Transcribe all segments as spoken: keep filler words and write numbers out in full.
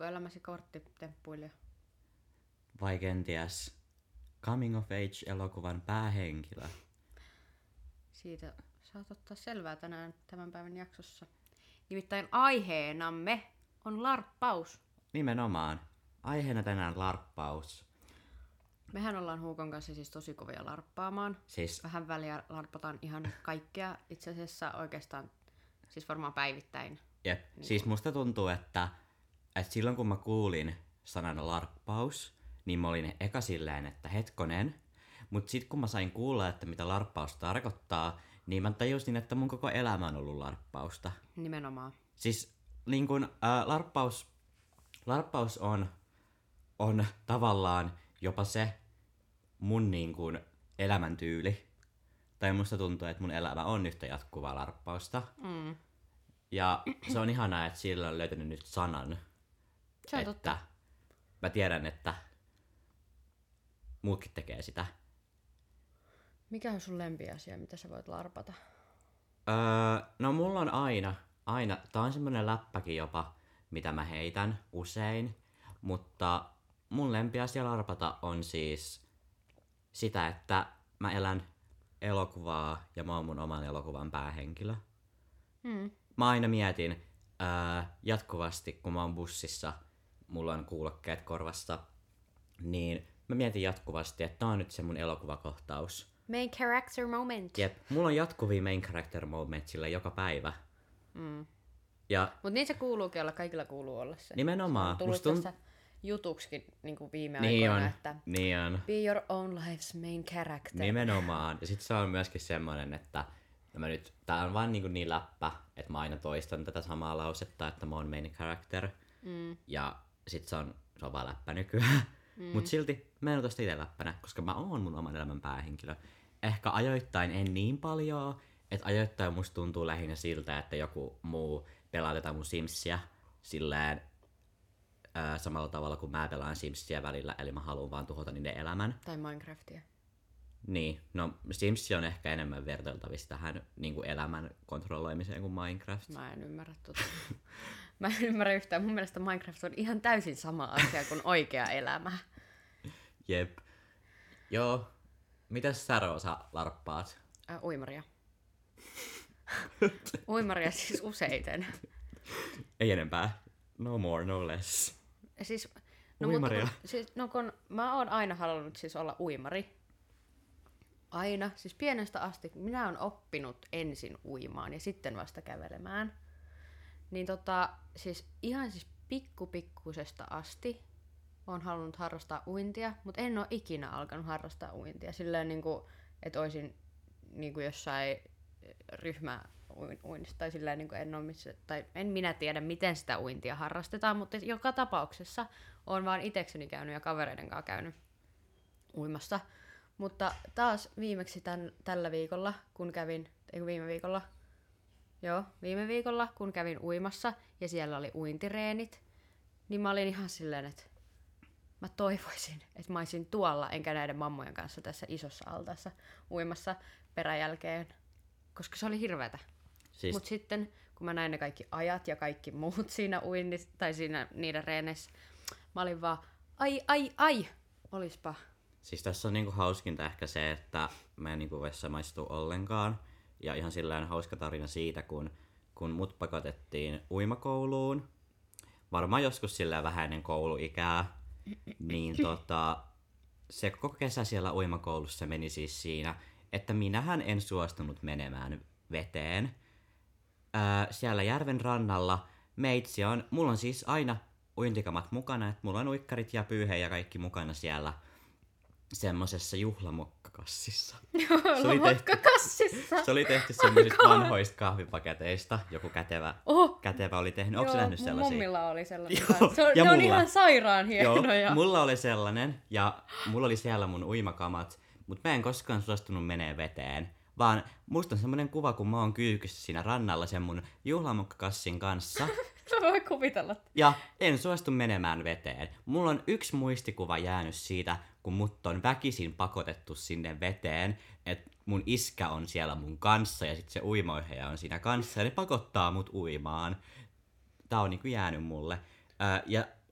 Oliko elämäsi korttitemppuilija? Vai kenties Coming of Age-elokuvan päähenkilö? Siitä saat ottaa selvää tänään tämän päivän jaksossa. Nimittäin aiheenamme on larppaus. Nimenomaan. Aiheena tänään larppaus. Mehän ollaan Huukon kanssa siis tosi kovia larppaamaan. Siis Vähän väliä larpataan ihan kaikkea. Itse asiassa oikeastaan siis varmaan päivittäin. Jep. Siis musta tuntuu, että, että silloin kun mä kuulin sanan larppaus, niin mä olin eka silleen, että hetkonen. Mut sit kun mä sain kuulla, että mitä larppaus tarkoittaa, niin mä tajusin, että mun koko elämä on ollut larppausta. Nimenomaan. Siis niin kun, ää, larppaus, larppaus on, on tavallaan jopa se mun niin kun, elämäntyyli. Tai musta tuntuu, että mun elämä on yhtä jatkuvaa larppausta. Mm. Ja se on ihanaa, että sillä on löytänyt nyt sanan. Se on että totta. Mä tiedän, että muutkin tekee sitä. Mikä on sun lempiasia, mitä sä voit larpata? Öö, no mulla on aina, aina, tää on semmonen läppäkin jopa, mitä mä heitän usein. Mutta mun lempiasia larpata on siis sitä, että mä elän elokuvaa ja mä oon mun oman elokuvan päähenkilö. Mm. Mä aina mietin öö, jatkuvasti, kun mä oon bussissa, mulla on kuulokkeet korvassa, niin mä mietin jatkuvasti, että tää on nyt se mun elokuvakohtaus. Main character moment. Jep, mulla on jatkuvia main character moment sillä joka päivä. Mm. Ja Mut niin se kuuluukin olla, kaikilla kuuluu olla se. nimenomaan. Se on tullut musta tunt- tässä jutuksikin niin kuin viime niin aikoina, on, että niin on. be your own life's main character. Nimenomaan. Ja sit se on myöskin semmonen, että mä nyt, tää on vaan niin, niin läppä, että mä aina toistan tätä samaa lausetta, että mä oon main character. Mm. Ja sit se on, se on vaan läppä nykyään. Mm. Mut silti mä en ota sitä ite läppänä, koska mä oon mun oman elämän päähenkilö. Ehkä ajoittain en niin paljon, että ajoittain musta tuntuu lähinnä siltä, että joku muu pelaa tätä mun Simsia silleen ää, samalla tavalla kuin mä pelaan Simsia välillä, eli mä haluan vaan tuhota niiden elämän. Tai Minecraftia. Niin, no Sims on ehkä enemmän vertailtavissa tähän niin kuin elämän kontrolloimiseen kuin Minecraft. Mä en ymmärrä tota. Mä en ymmärrä yhtään. Mun mielestä Minecraft on ihan täysin sama asia kuin oikea elämä. Jep. Joo. Mitäs sä, Roosa, larppaat? Äh, uimaria. Uimaria siis useiten. Ei enempää. No more, no less. Siis, no, Uimaria. Mutta, kun, siis, no kun mä oon aina halunnut siis olla uimari. Aina. Siis pienestä asti. Minä oon oppinut ensin uimaan ja sitten vasta kävelemään. Niin tota, siis ihan siis pikkupikkusesta asti oon halunnut harrastaa uintia, mutta en oo ikinä alkanut harrastaa uintia. Silleen niinku, että oisin niinku jossain ryhmäuinnissa tai silleen niinku en oo missä, tai en minä tiedä miten sitä uintia harrastetaan, mutta joka tapauksessa oon vaan itekseni käynyt ja kavereiden kanssa käynyt uimassa. Mutta taas viimeksi tän, tällä viikolla, kun kävin, eikö viime viikolla, joo, viime viikolla, kun kävin uimassa ja siellä oli uintireenit, niin mä olin ihan silleen, että mä toivoisin, että mä olisin tuolla, enkä näiden mammojen kanssa tässä isossa altaassa uimassa peräjälkeen, koska se oli hirveetä. Siis... Mutta sitten, kun mä näin ne kaikki ajat ja kaikki muut siinä uinnissa, tai siinä niiden reeneissä, mä olin vaan, ai, ai, ai, olispa. Siis tässä on niinku hauskinta ehkä se, että mä en niinku vessa maistu ollenkaan. Ja ihan sillään hauska tarina siitä, kun, kun mut pakotettiin uimakouluun. Varmaan joskus sillä vähän ennen kouluikää. Niin tota, se koko kesä siellä uimakoulussa meni siis siinä, että minähän en suostunut menemään veteen. Öö, siellä järven rannalla meitsi on, mulla on siis aina uintikamat mukana, että mulla on uikkarit ja pyyhe ja kaikki mukana siellä semmosessa juhlamokkakassissa. Juhlamokkakassissa? Se oli tehty semmoisista vanhoista kahvipaketeista. Joku kätevä, oh. kätevä oli tehnyt. Onko sä nähnyt sellaisia? Mummilla oli sellainen. Joo, se on, ja ne on mulla. ihan sairaan hienoja. Joo, mulla oli sellainen ja mulla oli siellä mun uimakamat, mutta mä en koskaan suostunut menee veteen. Vaan musta on semmoinen kuva, kun mä oon kyykyssä siinä rannalla sen mun juhlamokkakassin kanssa. Mä voin kuvitella. Ja en suostu menemään veteen. Mulla on yksi muistikuva jäänyt siitä, kun mut on väkisin pakotettu sinne veteen, että mun iskä on siellä mun kanssa ja sit se uimoiheja on siinä kanssa ja ne pakottaa mut uimaan. Tää on niinku jäänyt mulle. Ää, ja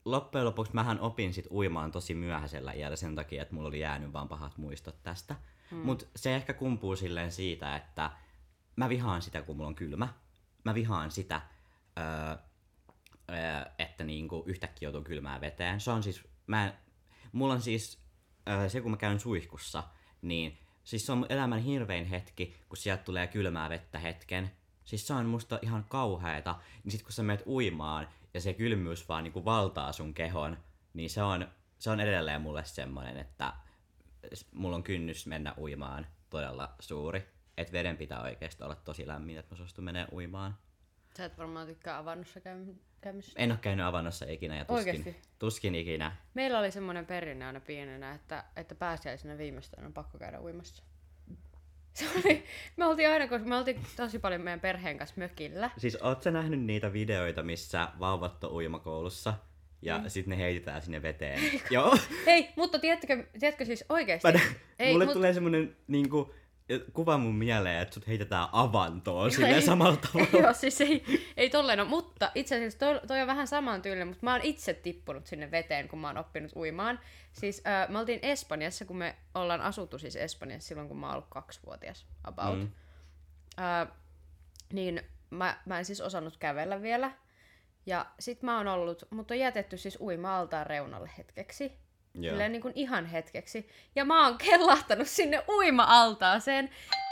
loppujen lopuksi mähän opin sit uimaan tosi myöhäisellä iällä sen takia, että mulla oli jäänyt vaan pahat muistot tästä. Hmm. Mut se ehkä kumpuu silleen siitä, että mä vihaan sitä, kun mulla on kylmä. Mä vihaan sitä, öö, öö, että niinku yhtäkkiä joutuu kylmään veteen. Se on siis, mä en, mulla on siis, öö, se kun mä käyn suihkussa, niin siis se on mun elämän hirvein hetki, kun sieltä tulee kylmää vettä hetken. Siis se on musta ihan kauheeta. Niin sit kun sä menet uimaan ja se kylmyys vaan niinku valtaa sun kehon, niin se on, se on edelleen mulle semmonen, että mulla on kynnys mennä uimaan todella suuri. Että veden pitää oikeesti olla tosi lämmin, että mä suostun menee uimaan. Sä et varmaan tykkää avannossa käy- käymisestä. En oo käynyt avannossa ikinä ja tuskin, tuskin ikinä. Meillä oli semmoinen perinne aina pienenä, että, että pääsiäisenä viimeistään on pakko käydä uimassa. Se oli, me oltiin aina, koska me oltiin tosi paljon meidän perheen kanssa mökillä. Siis oot sä nähnyt niitä videoita, missä vauvat on uimakoulussa ja mm. sit ne heitetään sinne veteen? Joo. Hei, mutta tiedätkö, tiedätkö siis oikeesti? Mä, Ei, mulle mut... tulee semmonen niinku, kuva mun mieleen, että sut heitetään avantoon silleen samalla tavalla. Joo, siis ei, ei tolleen ole, mutta itse asiassa toi, toi on vähän saman tyylinen, mutta mä oon itse tippunut sinne veteen, kun mä oon oppinut uimaan. Siis äh, me oltiin Espanjassa, kun me ollaan asuttu siis Espanjassa silloin, kun mä oon ollut kaksivuotias, about. Mm. Äh, niin mä, mä en siis osannut kävellä vielä. Ja sit mä oon ollut, mut on jätetty siis uima-altaan reunalle hetkeksi. Silleen niin kuin ihan hetkeksi. Ja mä oon kellahtanut sinne uima-altaaseen.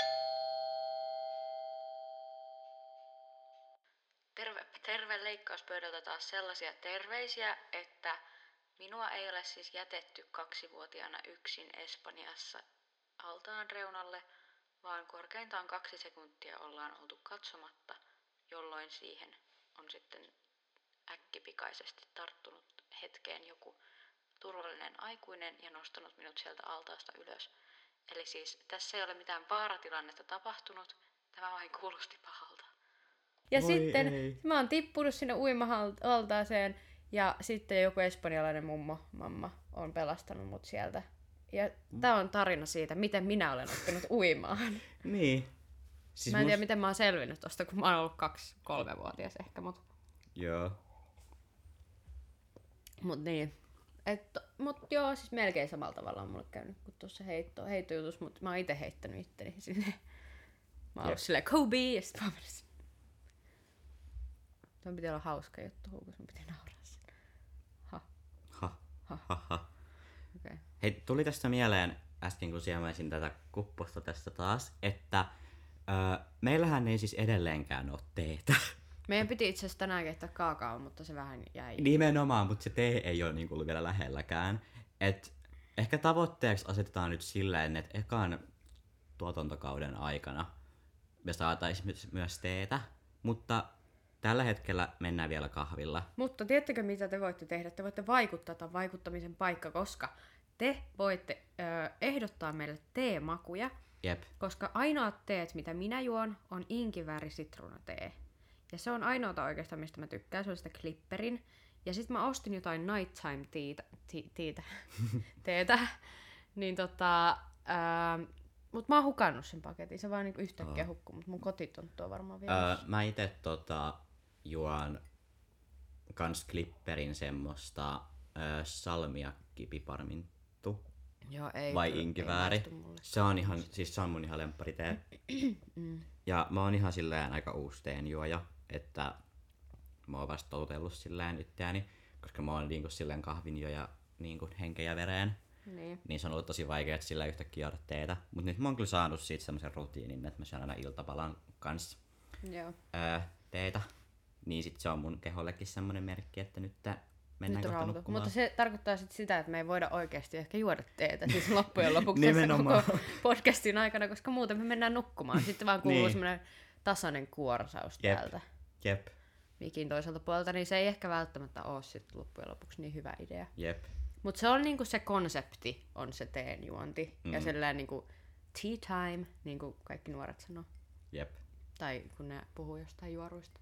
Terve, terve leikkauspöydältä taas sellaisia terveisiä, että minua ei ole siis jätetty kaksivuotiaana yksin Espanjassa altaan reunalle, vaan korkeintaan kaksi sekuntia ollaan oltu katsomatta, jolloin siihen on sitten äkkipikaisesti tarttunut hetkeen joku turvallinen aikuinen ja nostanut minut sieltä altaasta ylös. Eli siis tässä ei ole mitään vaaratilannetta tapahtunut, tämä vain kuulosti pahalta. Ja Voi sitten ei. Mä oon tippunut sinne uima-altaaseen ja sitten joku espanjalainen mummo, mamma, on pelastanut mut sieltä. Ja tää on tarina siitä, miten minä olen oppinut uimaan. Niin. Siis mä en tiedä, must... miten mä oon selvinnyt tosta, kun mä oon ollut kaksi, kolmevuotias ehkä, mut... Joo. Mut niin. Et, mut joo, siis melkein samalla tavalla on mulle käynyt kuin tuossa heitto, heittojutus, mutta mä oon ite heittänyt itteni sinne. Mä oon ollut silleen Kobe, ja sit mä oon mennyt sinne. Tuo piti olla hauska juttu, kun sun piti nauraa sen. Ha. Ha. Ha. Ha. Ha. Okay. Hei, tuli tästä mieleen äsken, kun siemäisin tätä kupposta tästä taas, että öö, meillähän ei siis edelleenkään ole teetä. Meidän piti itse asiassa tänään keittää kaakao, mutta se vähän jäi. Nimenomaan, mutta se tee ei ole niinku ollut vielä lähelläkään. Et ehkä tavoitteeksi asetetaan nyt silleen, että ekan tuotantokauden aikana me saataisiin myös teetä, mutta tällä hetkellä mennään vielä kahvilla. Mutta tiedättekö mitä te voitte tehdä? Te voitte vaikuttaa tämän vaikuttamisen paikka, koska te voitte ö, ehdottaa meille teemakuja. Jep. Koska ainoat teet, mitä minä juon, on inkivääri sitruunatee. Ja se on ainoata oikeastaan, mistä mä tykkään, se on sitä Clipperin. Ja sit mä ostin jotain nighttime teetä, teetä, teetä. niin tota, ää, mut mä oon hukannut sen paketin, se vaan niinku yhtäkkiä oh. hukkuu, mut mun kotitonttu on varmaan vielä. Öö, mä ite tota, juon kans Clipperin semmoista öö, salmiakki-piparminttu. Joo, ei. Vai inkivääri. Se on ihan, siis se on mun ihan lempparitee. mm. Ja mä oon ihan silleen aika uusi teenjuoja, että mä oon vasta toutellut silleen itseäni, koska mä oon niinku silleen kahvinjuoja niinku henkeä ja vereen. Niin. niin se on ollut tosi vaikea sillä yhtäkkiä juoda teetä. Mut nyt mä oon kyllä saanut siitä semmosen rutiinin, että mä syön aina iltapalan kanssa Joo. Öö, teetä. Niin sit se on mun kehollekin semmonen merkki, että nyt mennään kohta nukkumaan. Mutta se tarkoittaa sit sitä, että me ei voida oikeasti ehkä juoda teetä siis loppujen lopuksi tässä koko podcastin aikana, koska muuten me mennään nukkumaan. Sitten vaan kuuluu niin. semmoinen tasainen kuorsaus Jep. täältä. Jep. Mikin toiselta puolelta, niin se ei ehkä välttämättä ole sit loppujen lopuksi niin hyvä idea. Jep. Mutta se on niinku se konsepti, on se teen juonti. Mm. Ja sellainen niinku tea time, niin kuin kaikki nuoret sanoo. Jep. Tai kun ne puhuu jostain juoruista.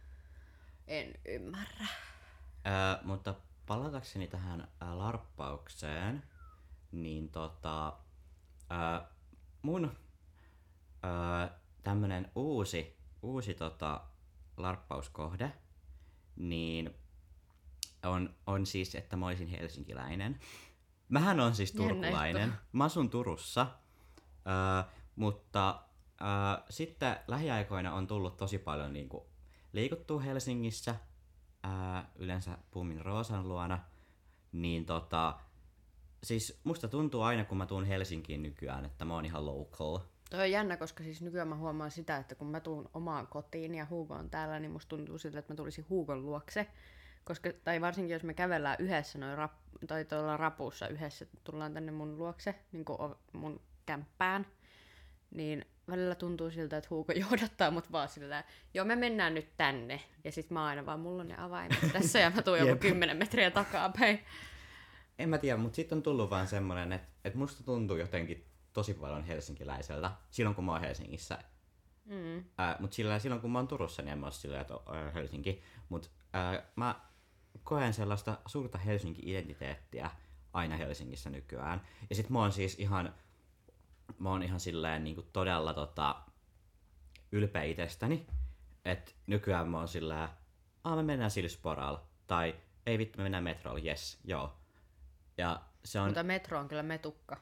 En ymmärrä. Öö, mutta palatakseni tähän ää, larppaukseen, niin tota, ää, mun ää, tämmönen uusi, uusi tota, larppauskohde, niin on, on siis, että mä olisin helsinkiläinen. Mähän on siis turkulainen. Mä asun Turussa, äh, mutta äh, sitten lähiaikoina on tullut tosi paljon niin kuin, liikuttua Helsingissä, äh, yleensä Pumin Roosan luona, niin tota, siis musta tuntuu aina, kun mä tuun Helsinkiin nykyään, että mä oon ihan local. Toi on jännä, koska siis nykyään mä huomaan sitä, että kun mä tuun omaan kotiin ja Hugo on täällä, niin musta tuntuu siltä, että mä tulisin Hugon luokse. Koska, tai varsinkin jos me kävellään yhdessä noin rap, tai tuolla rapussa yhdessä, tullaan tänne mun luokse, niin kuin mun kämppään, niin välillä tuntuu siltä, että Hugo johdattaa mut vaan sillä, joo me mennään nyt tänne. Ja sit mä aina vaan, mulla on ne avaimet tässä ja mä tuun joku kymmenen metriä takapäin. En mä tiedä, mutta sitten on tullut vaan semmonen, että, että musta tuntuu jotenkin tosi paljon helsinkiläiseltä silloin, kun mä oon Helsingissä. Mm. Äh, mutta sillä, silloin, kun mä oon Turussa, niin en mä oo sillä, että äh, Helsinki. Mutta äh, mä koen sellaista suurta Helsinki-identiteettiä aina Helsingissä nykyään. Ja sit mä oon siis ihan, mä oon ihan silleen niin kuin todella tota, ylpeä itsestäni. Että nykyään mä oon silleen, aah me mennään sillä sporalla. Tai ei vittu, me mennään metrolla, yes, joo. Ja se on... Mutta metro on kyllä metukka.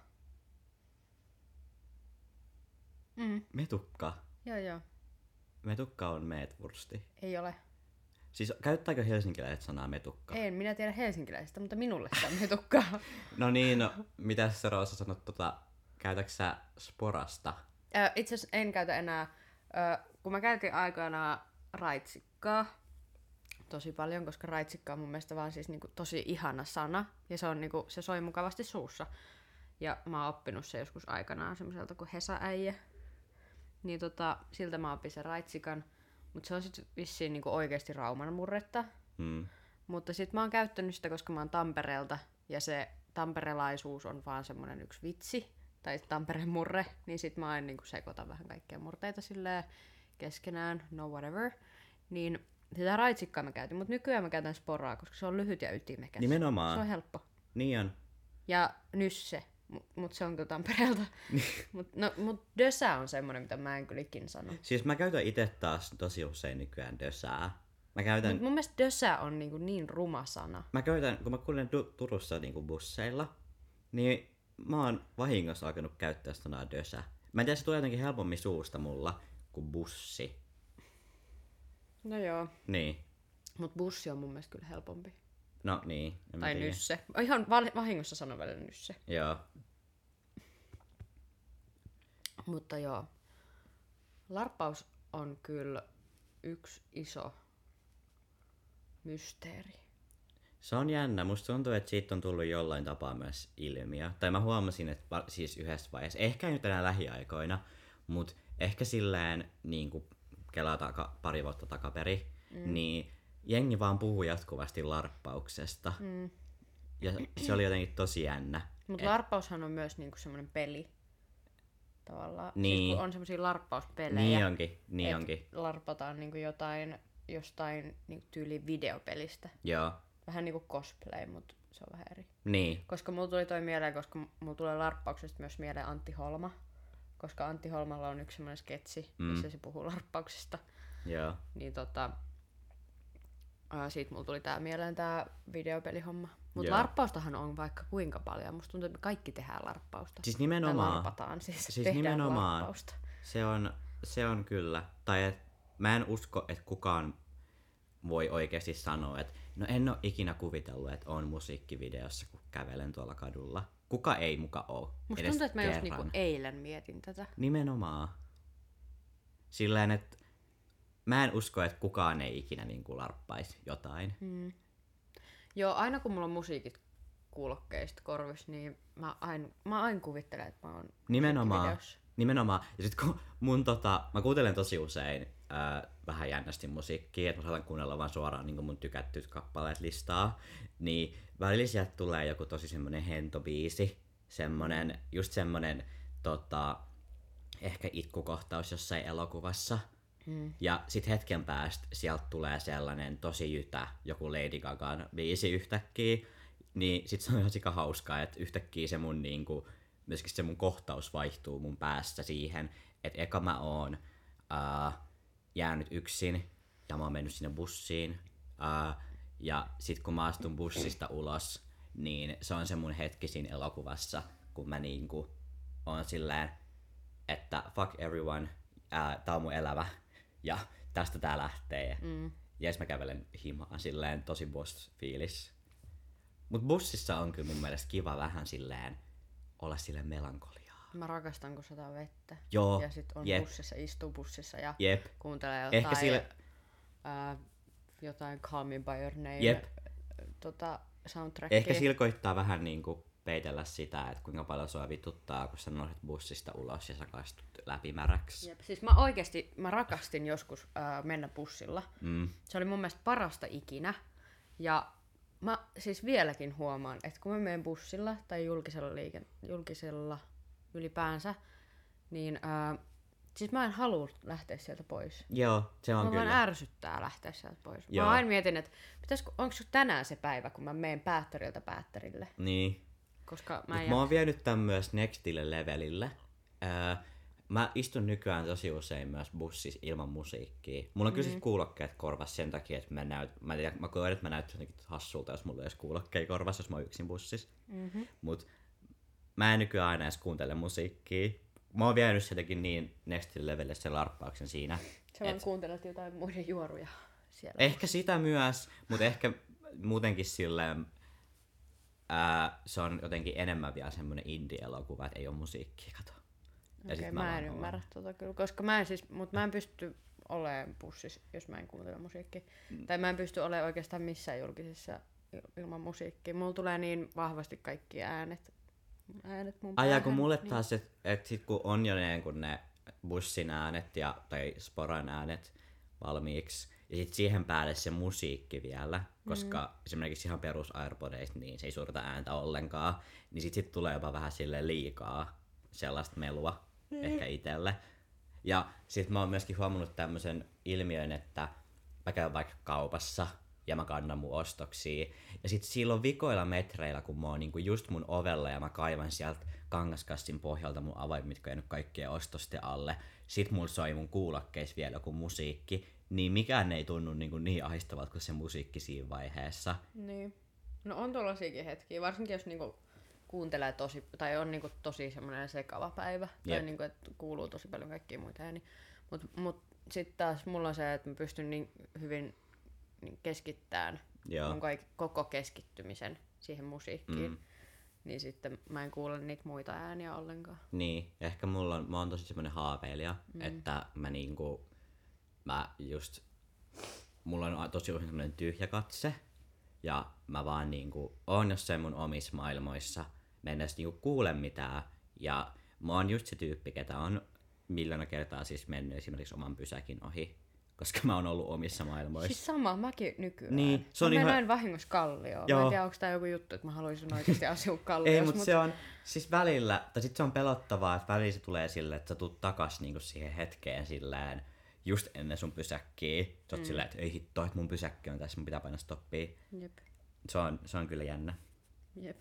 Mm. Metukka? Joo, joo. Metukka on meetwursti. Ei ole. Siis käyttääkö helsinkiläiset sanaa metukka? En minä tiedä helsinkiläisistä, mutta minulle se on metukka. No niin, no, mitä sä Roosa sanot, tota, käytätkö sä sporasta? Äh, itse asiassa en käytä enää, äh, kun mä käytin aikanaan raitsikkaa tosi paljon, koska raitsikka on mun mielestä vaan siis niinku tosi ihana sana, ja se, on niinku, se soi mukavasti suussa. Ja mä oon oppinut se joskus aikanaan semmoiselta kuin Hesa-äijä. Niin tota, siltä mä opin sen raitsikan. Mutta se on sit vissiin niinku oikeesti Rauman murretta. Mm. Mutta sit mä oon käyttänyt sitä, koska mä oon Tampereelta. Ja se tamperelaisuus on vaan semmonen yksi vitsi. Tai Tampereen murre. Niin sit mä aina niinku sekoitan vähän kaikkia murteita silleen keskenään. No whatever. Niin sitä raitsikkaa mä käytin. Mutta nykyään mä käytän sporaa, koska se on lyhyt ja ytimekäs. Nimenomaan. Se on helppo. Niin on. Ja nysse. Mut se on kyllä Tampereelta. mut, no, mut dösä on semmonen, mitä mä en kyllä ikin sano. Siis mä käytän itse taas tosi usein nykyään dösää. Mä käytän... Mut mun mielestä dösä on niinku niin ruma sana. Mä käytän, kun mä kuljen du- Turussa niinku busseilla, niin mä oon vahingossa alkanut käyttää sanaa dösä. Mä en tiedä, se tulee jotenkin helpommin suusta mulla kuin bussi. No joo. Niin. Mut bussi on mun mielestä kyllä helpompi. No niin. Tai nysse. Ihan vahingossa sanon välillä nysse. Joo. Mutta joo. Larppaus on kyllä yksi iso mysteeri. Se on jännä. Musta tuntuu, että siitä on tullut jollain tapaa myös ilmiö. Tai mä huomasin, että siis yhdessä vaiheessa, ehkä ei nyt enää lähiaikoina, mutta ehkä silleen niin kuin kelaa taka, pari vuotta takaperi, mm. niin jengi vaan puhuu jatkuvasti larppauksesta. Mm. Ja se oli jotenkin tosi jännä. Mutta et... larppaushan on myös niinku semmoinen peli. Tavallaan. Niin. Siis kun on semmosia larppauspelejä. Niin onkin, niin onkin. Larpataan niinku jotain, jostain niinku tyyliin videopelistä. Joo. Vähän niinku cosplay, mutta se on vähän eri. Niin. Koska mulla tuli toi mieleen, koska mulla tulee larppauksesta myös mieleen Antti Holma. Koska Antti Holmalla on yksi semmoinen sketsi, mm. missä se puhuu larppauksesta. Joo. Niin tota... Ää, siitä mulla tuli tää mieleen tää videopelihomma. Mut Joo. larppaustahan on vaikka kuinka paljon. Musta tuntuu, että me kaikki tehdään larppausta. Siis nimenomaan. Tai larpataan, siis, siis tehdään nimenomaan. larppausta. Se on, se on kyllä. Tai et, mä en usko, että kukaan voi oikeasti sanoa, että no en oo ikinä kuvitellut, että on musiikkivideossa, kun kävelen tuolla kadulla. Kuka ei muka oo. Musta tuntuu, että mä just niinku eilen mietin tätä. Nimenomaan. Silleen, että mä en usko, että kukaan ei ikinä niin kuin larppaisi jotain. Hmm. Joo, aina kun mulla on musiikit kuulokkeista korvissa, niin mä aina, mä aina kuvittelen, että mä oon Nimenomaan. Nimenomaan. Ja sit kun mun tota, mä kuuntelen tosi usein ää, vähän jännästi musiikkia, että mä saatan kuunnella vaan suoraan niin mun tykättyt kappaleet listaa, niin välillä sieltä tulee joku tosi semmonen hento biisi, semmonen, just semmonen tota, ehkä itkukohtaus jossain elokuvassa. Hmm. Ja sit hetken päästä sieltä tulee sellainen tosi jytä, joku Lady Gagan biisi yhtäkkiä, niin sit se on ihan sika hauskaa, että yhtäkkiä se mun niinku, myöskin se mun kohtaus vaihtuu mun päässä siihen, että eka mä oon ää, jäänyt yksin ja mä oon mennyt sinne bussiin ää, Ja sit kun mä astun bussista ulos, niin se on se mun hetki siinä elokuvassa, kun mä niinku on silleen, että fuck everyone, ää, tää on mun elämä ja tästä tää lähtee. Mm. Ja mä kävelen himaan silleen tosi boss-fiilis. Mut bussissa on kyllä mun mielestä kiva vähän silleen olla silleen melankoliaa. Mä rakastan, kun sataa vettä. Joo, ja sit on jep. bussissa, istuu bussissa ja Jep. kuuntelee jotain, Ehkä sille... ää, jotain Call Me By Your Name Jep. tota, soundtrackia. Ehkä sillä koittaa vähän niinku peitellä sitä, että kuinka paljon sua vituttaa, kun sä nouset bussista ulos ja sä kaistut läpimäräksi. Jep. Siis mä oikeesti, mä rakastin joskus ää, mennä bussilla. Mm. Se oli mun mielestä parasta ikinä. Ja mä siis vieläkin huomaan, että kun mä menen bussilla tai julkisella, liiken, julkisella ylipäänsä, niin ää, siis mä en halua lähteä sieltä pois. Joo, se on mä kyllä. Mä vaan ärsyttää lähteä sieltä pois. Joo. Mä aina mietin, että onko tänään se päivä, kun mä menen päättäriltä päättärille. Niin. Koska mä, Mut mä oon vienyt tän myös nextille levelille. Öö, mä istun nykyään tosi usein myös bussissa ilman musiikkia. Mulla on kyllä mm. kuulokkeet korvassa sen takia, että mä, näyt, mä, tiedän, mä koen, että mä näytän jotenkin hassulta, jos mulla ei olisi kuulokkeja korvassa, jos mä oon yksin bussissa. Mm-hmm. Mut mä en nykyään aina edes kuuntele musiikkia. Mä oon vienyt jotenkin niin nextille levelille sen larppauksen siinä. Sä vaan et... kuuntelet jotain muiden juoruja siellä. Ehkä bussissa. Sitä myös, mutta ehkä muutenkin silleen ää, se on jotenkin enemmän vielä semmoinen indie-elokuva, että ei ole musiikkia, kato. Okei, okay, mä, mä en ymmärrä tota kyllä, koska mä en siis, mut mä en pysty olemaan bussissa, jos mä en kuuntele musiikkia. Mm. Tai mä en pysty olemaan oikeastaan missään julkisissa ilman musiikkia. Mulla tulee niin vahvasti kaikki äänet, äänet mun päähän. Ai kun mulle niin. taas, että et sit kun on jo ne, kun ne bussin äänet ja, tai sporan äänet valmiiksi, ja sit siihen päälle se musiikki vielä, koska mm. esimerkiksi ihan perus AirPodeista, niin se ei suurta ääntä ollenkaan, niin sit, sit tulee jopa vähän sille liikaa sellaista melua mm. ehkä itselle. Ja sit mä oon myöskin huomannut tämmösen ilmiön, että mä käyn vaikka kaupassa ja mä kannan mun ostoksia. Ja sit silloin vikoilla metreillä, kun mä oon niinku just mun ovella ja mä kaivan sieltä kangaskassin pohjalta mun avaimet, mitkä on jäänyt kaikkien ostosten alle. Sit mulla soi mun kuulokkeissa vielä joku musiikki. Niin mikään ei tunnu niin, niin ahdistavalta kuin se musiikki siinä vaiheessa. Niin. No on tollasiakin hetkiä, varsinkin jos niinku kuuntelee tosi, tai on niinku tosi semmoinen sekava päivä, yep. tai niinku, että kuuluu tosi paljon kaikkia muita ääniä. Mut, mut sit taas mulla on se, että mä pystyn niin hyvin niin keskittämään mun kaik- koko keskittymisen siihen musiikkiin. Mm. Niin sitten mä en kuule niitä muita ääniä ollenkaan. Niin, ehkä mulla on, mä oon tosi semmoinen haaveilija, mm. että mä niinku, mä just, mulla on tosi usein semmoinen tyhjä katse, ja mä vaan niinku oon jossain mun omissa maailmoissa, mä en edes niinku kuule mitään, ja mä oon just se tyyppi, ketä on miljoona kertaa siis mennyt esimerkiksi oman pysäkin ohi, koska mä oon ollut omissa maailmoissa. Siis sama, mäkin nykyään. Niin, se on mä ihan... menen vahingossa Kallioon. Mä en tiedä, onko tää joku juttu, että mä haluaisin oikeasti asua Kalliossa. Ei, mutta mut... se on siis välillä, tai sit se on pelottavaa, että välillä se tulee silleen, että sä tuut takas niinku siihen hetkeen silleen, just ennen sun pysäkkiä. Sä oot mm. silleen, että ei hitto, että mun pysäkki on tässä, mun pitää painaa stoppia. Jep. Se on, se on kyllä jännä. Jep.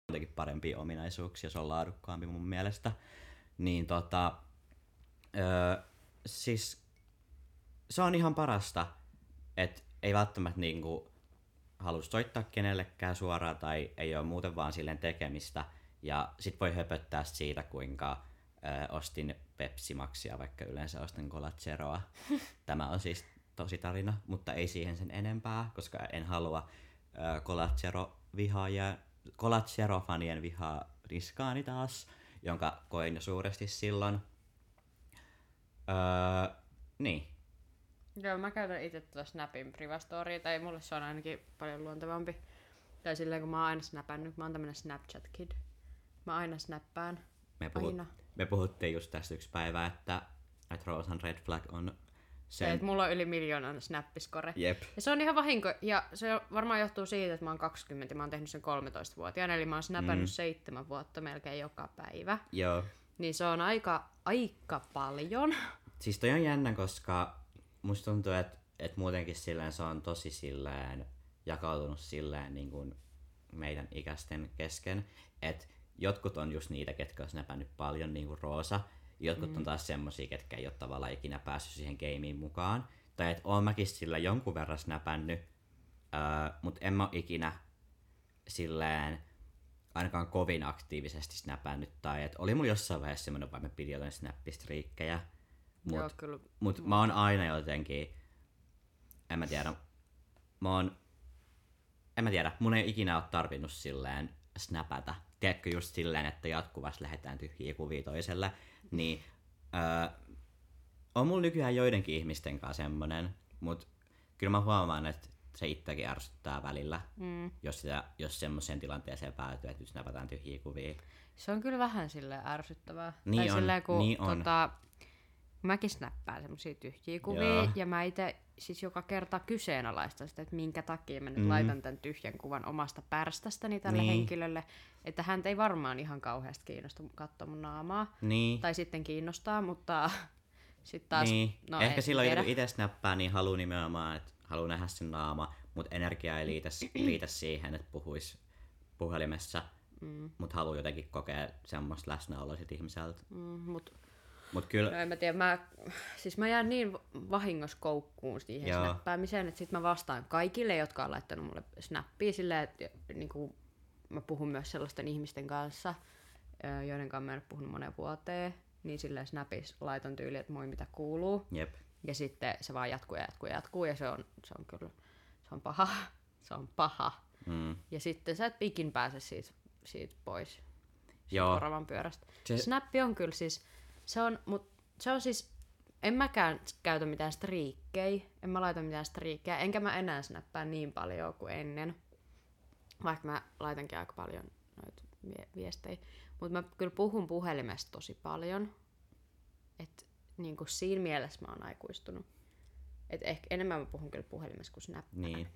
jotenkin parempia ominaisuuksia, se on laadukkaampi mun mielestä. Niin tota, öö, siis se on ihan parasta, että ei välttämättä niinku halua soittaa kenellekään suoraan tai ei ole muuten vaan silleen tekemistä. Ja sit voi höpöttää siitä, kuinka ö, ostin Pepsi Maxia, vaikka yleensä ostan Cola Zeroa. Tämä on siis tosi tarina, mutta ei siihen sen enempää, koska en halua ö, Cola Zero vihaajia, Cola Zero fanien vihaa riskaani taas, jonka koin jo suuresti silloin. Öö, niin. Joo, mä käytän itse tuota Snapin Privastoria, tai mulle se on ainakin paljon luontevampi. Tai silleen, kun mä oon aina snapannut, mä oon tämmönen Snapchat-kid. Mä aina snappaan. Me, puhut, aina. me puhuttiin just tästä yksi päivä, että, että Roosan red flag on sen... Se, että mulla on yli miljoonan snappiskore. Jep. Ja se on ihan vahinko, ja se varmaan johtuu siitä, että mä oon kaksikymmentä ja mä oon tehnyt sen kolmetoistavuotiaana, eli mä oon snappannut mm. seitsemän vuotta melkein joka päivä. Joo. Niin se on aika, aika paljon. Siis toi on jännä, koska musta tuntuu, että, että muutenkin silleen se on tosi silleen jakautunut silleen niin kuin meidän ikäisten kesken, että jotkut on just niitä, ketkä on snapannut paljon, niin kuin Roosa, jotkut mm. on taas semmosia, ketkä ei ole tavallaan ikinä päässyt siihen gameen mukaan. Tai että oon mäkin sillä jonkun verran snapannut, öö, mutta en mä ole ikinä silleen ainakaan kovin aktiivisesti snapannut. Tai että oli mulla jossain vaiheessa semmoinen, vaan mä pidin jotain snappistriikkejä. Mut, Joo, kyllä. mut mä oon aina jotenkin, en mä tiedä, mä oon, en mä tiedä, mun ei ikinä ole tarvinnut silleen snapata. Tiedätkö just silleen, että jatkuvasti lähdetään tyhjiä kuvia toiselle, niin öö, on mulla nykyään joidenkin ihmisten kanssa semmonen, mut kyllä mä huomaan, että se itsekin ärsyttää välillä, mm. jos, sitä, jos semmoiseen tilanteeseen päätyy, että nyt snapataan tyhjiä kuvia. Se on kyllä vähän silleen ärsyttävää. Niin tai on, silleen, kun niin on. Tota, mäkin snappaan semmosia tyhjiä kuvia, Joo. ja mä itse siis joka kerta kyseenalaistan sitä, että minkä takia mä nyt Mm. laitan tämän tyhjän kuvan omasta pärstästäni tälle Niin. henkilölle, että häntä ei varmaan ihan kauheasti kiinnosta katsoa mun naamaa, Niin. tai sitten kiinnostaa, mutta sitten taas, Niin. no Ehkä en silloin, tiedä. kun itse snappaa, niin haluaa nimenomaan, että haluaa nähdä sen naama, mutta energia ei liitä, liitä siihen, että puhuisi puhelimessa, mm. mutta haluaa jotenkin kokea semmoista läsnäoloa sit ihmiseltä. Mm, mut, Mut kyllä, no en mä tiedä, mä, siis mä jään niin vahingossa koukkuun siihen Joo. snappaamiseen, että sit mä vastaan kaikille, jotka on laittanut mulle snappia silleen, että niin mä puhun myös sellaisten ihmisten kanssa, ö, joiden kanssa mä en ole puhunut moneen vuoteen, niin silleen snapissa laitan tyyli, että moi mitä kuuluu. jep. Ja sitten se vaan jatkuu ja jatkuu ja jatkuu ja se on, se on kyllä, se on paha, se on paha. Mm. Ja sitten sä et ikin pääse siitä, siitä pois, siitä Joo. oravan pyörästä. Se- Snappi on kyllä siis, se on, mut se on siis, en mäkään käytä mitään striikkejä, en mä laita mitään striikkejä, enkä mä enää snappaa niin paljon kuin ennen. Vaikka mä laitankin aika paljon noita vie- viestejä. Mutta mä kyllä puhun puhelimesta tosi paljon. Et niinku siinä mielessä mä oon aikuistunut. Et ehkä enemmän mä puhun kyllä puhelimessa kuin snappaan. Niin.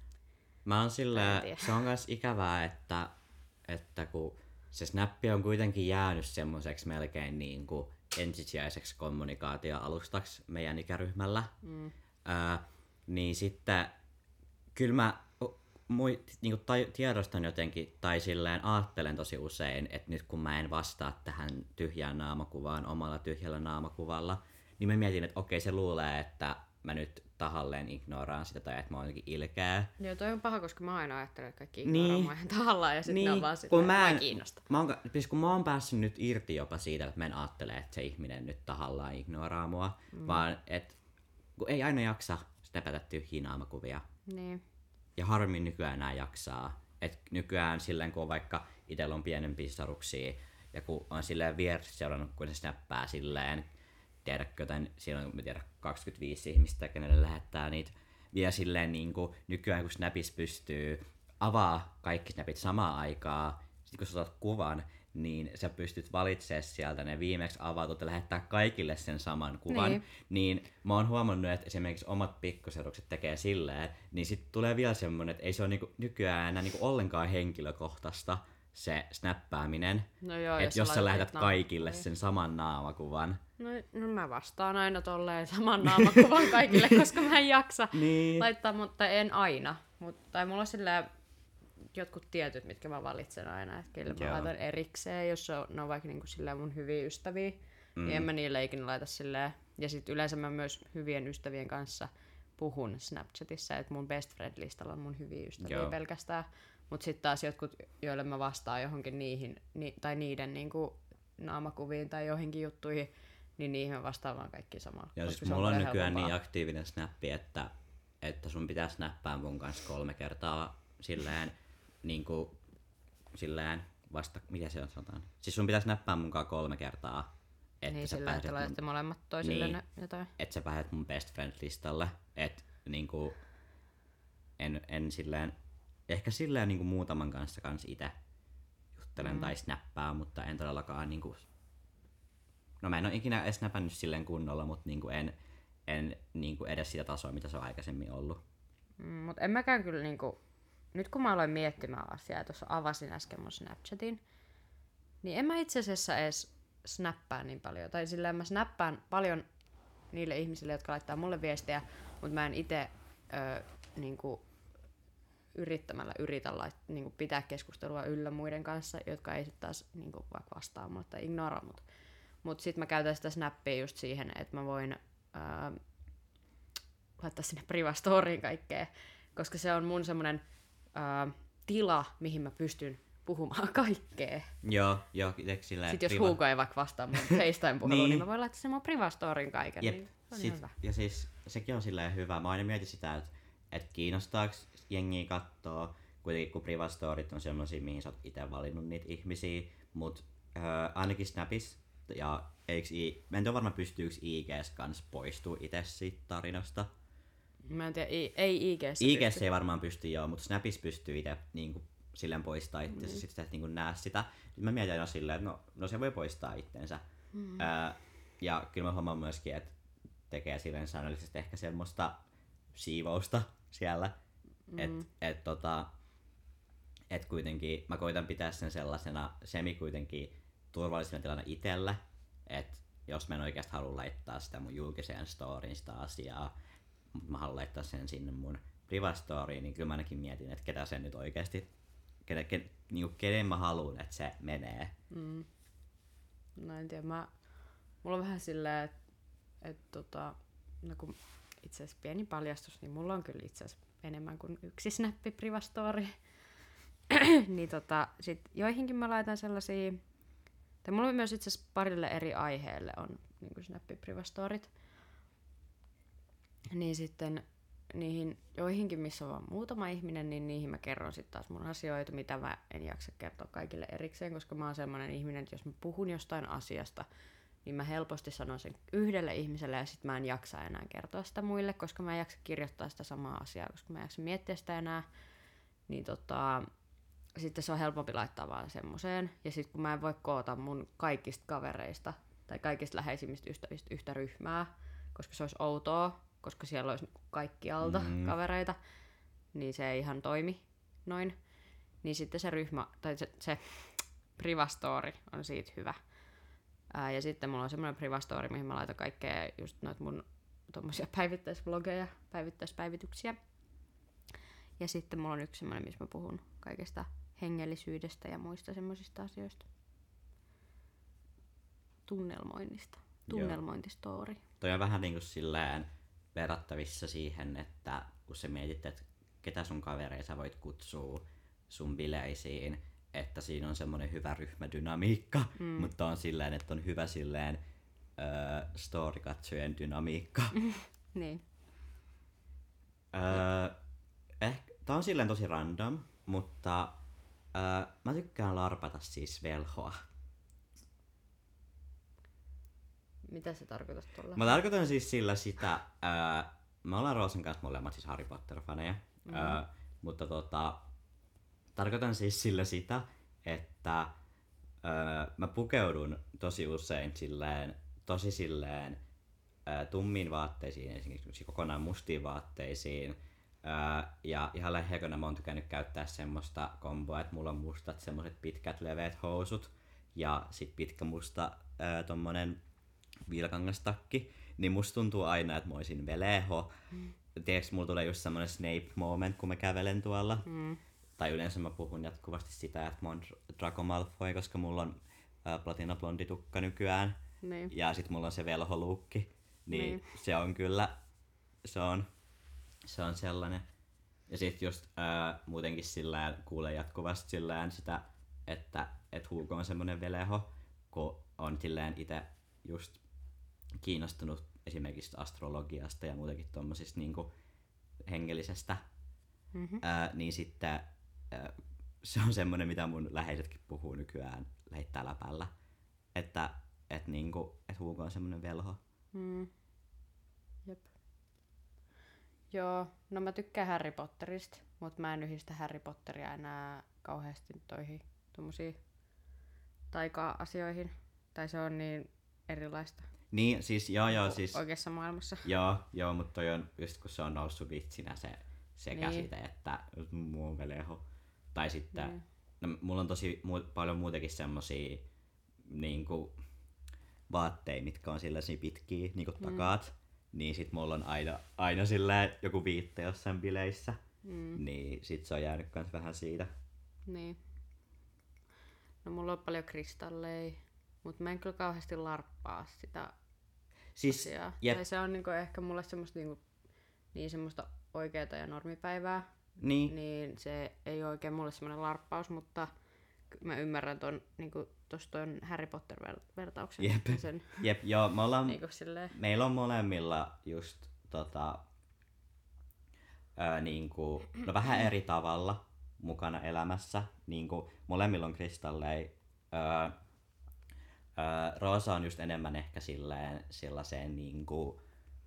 Mä oon Mä en sillä, tiedä. se on myös ikävää, että, että kun se snappi on kuitenkin jäänyt semmoiseksi melkein niin kuin ensisijaiseksi kommunikaatioalustaksi meidän ikäryhmällä, mm. ää, niin sitten kyllä mä mui, niin kuin tai, tiedostan jotenkin tai silleen ajattelen tosi usein, että nyt kun mä en vastaa tähän tyhjään naamakuvaan omalla tyhjällä naamakuvalla, niin mä mietin, että okei se luulee, että mä nyt tahalleen ignoraan sitä tai että mä oon jotenkin ilkeä. Joo, toi on paha, koska mä aina ajattelen, että kaikki Niin. ignoraamaan ihan tahallaan ja sitten Niin, ne on vaan kun silleen, mä mä en- en kiinnosta. Mä oon, siis kun mä oon päässyt nyt irti jopa siitä, että mä en ajattele, että se ihminen nyt tahallaan ignoraa mua, mm. vaan että kun ei aina jaksa snapata tyhjiä naamakuvia. Niin. Ja harmin nykyään enää jaksaa. Et nykyään silleen, kun on vaikka itsellä on pienempiä saruksia, ja kun on silleen vieressä seurannut, kun se snappaa silleen, tiedätkö, jotain, siellä on, mä tiedän, kaksikymmentäviisi ihmistä, kenelle lähettää niitä, vielä silleen niin kuin nykyään, kun Snapissa pystyy avaa kaikki snapit samaan aikaan, sit kun sä otat kuvan, niin sä pystyt valitsemaan sieltä ne viimeksi avatut ja lähettää kaikille sen saman kuvan. Niin. Niin mä oon huomannut, että esimerkiksi omat pikkuserukset tekee silleen, niin sit tulee vielä semmonen, että ei se ole niinku nykyään enää niinku ollenkaan henkilökohtaista se snappaaminen. No joo, Että jos sä laitat lähetät niitä kaikille naamakuvia. sen saman naamakuvan. No, no mä vastaan aina tolleen saman naamakuvan kaikille, koska mä en jaksa Niin. laittaa, mutta en aina. Mut, tai mulla on silleen, jotkut tietyt, mitkä mä valitsen aina, että kelle mä Joo. laitan erikseen, jos se on, ne on vaikka niinku silleen mun hyviä ystäviä, Mm. niin en mä niille ikinä laita silleen. Ja sit yleensä mä myös hyvien ystävien kanssa puhun Snapchatissa, että mun best friend-listalla on mun hyviä ystäviä Joo. pelkästään. Mut sit taas jotkut, joille mä vastaan johonkin niihin, ni, tai niiden niinku naamakuviin tai johonkin juttuihin, niin niihin mä vastaan vaan kaikki samalla. Joo, koska siis se mulla on paljon nykyään helpompaa. niin aktiivinen snappi, että, että sun pitää snappaa mun kanssa kolme kertaa silleen, niinku, silleen vasta, mitä se on sanotaan? Siis sun pitää snappaa munkaan kolme kertaa, että Niin sä sillä, että pääset laitatte mun, molemmat toisille Niin. ne jotain. et sä pääset mun best friend listalle, et niinku, en, en silleen, ehkä silleen niinku muutaman kanssa kans ite juttelen mm. tai snappaa, mutta en todellakaan niinku, no mä en oo ikinä edes snapannut silleen kunnolla, mutta niinku en, en niinku edes sitä tasoa, mitä se on aikaisemmin ollut. Mm, mut en mäkään kyllä niinku, nyt kun mä aloin miettimään asiaa ja tuossa avasin äsken mun Snapchatin, niin en mä itse asiassa edes snappaa niin paljon. Tai silleen mä snappaan paljon niille ihmisille, jotka laittaa mulle viestejä, mutta mä en itse niinku, yrittämällä yritä lait, niinku, pitää keskustelua yllä muiden kanssa, jotka ei sitten taas niinku, vaikka vastaa mulle tai ignoraa mut. Mut sit mä käytän sitä snappia just siihen, että mä voin ää, laittaa sinne privastoriin kaikkea, koska se on mun semmonen ää, tila, mihin mä pystyn puhumaan kaikkea. Joo, joo, itse silleen... Sitten jos priva- Hugo ei vaikka vastaa mun FaceTime-puheluun, Niin. niin mä voin laittaa sen mun privastorin kaiken. Jep. Niin se on Sit, ihan hyvä. ja siis sekin on silleen hyvä. Mä aina mietin sitä, että et kiinnostaako jengiä kattoo, kuitenkin kun privastorit on semmosia, mihin sä oot ite valinnut niitä ihmisiä, mut öö, ainakin Snapis, ja eiks I, mä en tiedä varmaan pystyykö I Gs kans poistuu ite siitä tarinasta. Mä en tiedä, ei, ei I G:ssä I Gs pysty. ei varmaan pysty joo, mutta Snapis pystyy ite niinku silleen poistaa itseensä, mm. sit sä et niinku näe sitä. Nyt mä mietin aina silleen, että no, no se voi poistaa itteensä. Mm. Öö, ja kyllä mä huomaan myöskin, että tekee silleen säännöllisesti ehkä semmoista siivousta siellä. Mm. Että et, tota, et kuitenkin mä koitan pitää sen sellaisena semi kuitenkin turvallisena tilana itselle, että jos mä en oikeasti halua laittaa sitä mun julkiseen storyin sitä asiaa, mutta mä haluan laittaa sen sinne mun privastoriin, niin kyllä mä ainakin mietin, että ketä sen nyt oikeasti, kenen, ken, niin kenen mä haluan, että se menee. Mm. No en tiedä, mä, mulla on vähän silleen, että et, tota, no kun itse asiassa pieni paljastus, niin mulla on kyllä itse asiassa enemmän kuin yksi snappi privastori. Niin tota, sit joihinkin mä laitan sellaisia, tai mulla on myös itse asiassa parille eri aiheelle on niin snappi privastorit. Niin sitten niihin joihinkin, missä on vaan muutama ihminen, niin niihin mä kerron sitten taas mun asioita, mitä mä en jaksa kertoa kaikille erikseen, koska mä oon semmoinen ihminen, että jos mä puhun jostain asiasta, niin mä helposti sanon sen yhdelle ihmiselle ja sit mä en jaksa enää kertoa sitä muille, koska mä en jaksa kirjoittaa sitä samaa asiaa, koska mä en jaksa miettiä sitä enää. Niin tota, sitten se on helpompi laittaa vaan semmoseen. Ja sitten kun mä en voi koota mun kaikista kavereista tai kaikista läheisimmistä ystävistä yhtä ryhmää, koska se olisi outoa, koska siellä olisi kaikkialta mm. kavereita, niin se ei ihan toimi noin. Niin sitten se ryhmä, tai se, se privastori on siitä hyvä. Ää, ja sitten mulla on semmoinen privastori, mihin mä laitan kaikkea just noita mun tommosia päivittäisvlogeja, päivittäispäivityksiä. Ja sitten mulla on yksi semmoinen, missä mä puhun kaikesta hengellisyydestä ja muista semmoisista asioista. Tunnelmoinnista. Tunnelmointistori. Toi on vähän niinku silleen verrattavissa siihen, että kun sä mietit, että ketä sun kavereita sä voit kutsua sun bileisiin, että siinä on semmoinen hyvä ryhmädynamiikka, mm. mutta on silleen, että on hyvä silleen öö, story-katsojen dynamiikka. Niin. Öö, ehkä, tää on silleen tosi random, mutta öö, mä tykkään larpata siis velhoa. Mitä se tarkoitat tuolla? Mä tarkoitan siis sillä sitä, öö, me ollaan Roosan kanssa molemmat siis Harry Potter-faneja, mm. öö, mutta tota, tarkoitan siis sillä sitä, että öö, mä pukeudun tosi usein silleen, tosi silleen öö, tummiin vaatteisiin, esimerkiksi kokonaan mustiin vaatteisiin. Öö, ja ihan lähiaikoina mä oon tykännyt käyttää semmoista komboa, että mulla on mustat semmoset pitkät leveät housut ja sit pitkä musta öö, tommonen vilkangastakki. Niin musta tuntuu aina, että mä oisin veleho. Mm. Tiedätkö, mulla tulee just semmonen Snape moment, kun mä kävelen tuolla. Mm. tai yleensä mä puhun jatkuvasti sitä, että mä oon Draco Malfoy, koska mulla on ää, platina blondi tukka nykyään. Niin. Ja sit mulla on se velholuukki. Niin, Niin. se on kyllä, se on, se on sellainen. Ja sit just ää, muutenkin sillään kuulee jatkuvasti sillään sitä, että et Hugo on semmonen veleho, kun on silleen ite just kiinnostunut esimerkiksi astrologiasta ja muutenkin tommosista niinku hengellisestä. Mm-hmm. Ää, niin sitten ää, se on semmonen, mitä mun läheisetkin puhuu nykyään leittää läpällä. Että et niinku, et Hugo on semmonen velho. Mm. Jep. Joo, no mä tykkään Harry Potterista, mutta mä en yhdistä Harry Potteria enää kauheasti toihin tommosiin taika-asioihin. Tai se on niin erilaista. Niin, siis joo joo siis... Oikeassa maailmassa. Joo, joo, mutta toi on just kun se on noussut vitsinä se, se Niin. käsite, että muu on veleho. Tai sitten, Niin. no, mulla on tosi mu- paljon muutenkin semmosia niinku vaatteita, mitkä on sellaisia pitkiä, niinku takaat. Niin sit mulla on aina, aina sillä joku viitte jossain bileissä. Mm. Niin sit se on jäänyt kans vähän siitä. Niin. No mulla on paljon kristalleja, mutta mä en kyllä kauheasti larppaa sitä Siis, asiaa. jep, Tai se on niinku ehkä mulle semmoista niinku, niin semmoista oikeeta ja normipäivää. niin, Niin se ei ole oikein mulle semmoinen larppaus, mutta ky- mä ymmärrän ton, niinku, tosta ton Harry Potter-vertauksen. Jep. Ja sen, jep, joo, me ollaan, niinku silleen, meillä on molemmilla just tota, ää, niinku, no vähän eri tavalla mukana elämässä. Niinku, molemmilla on kristalleja. Ää, ää, Roosa on just enemmän ehkä silleen, sellaiseen niinku,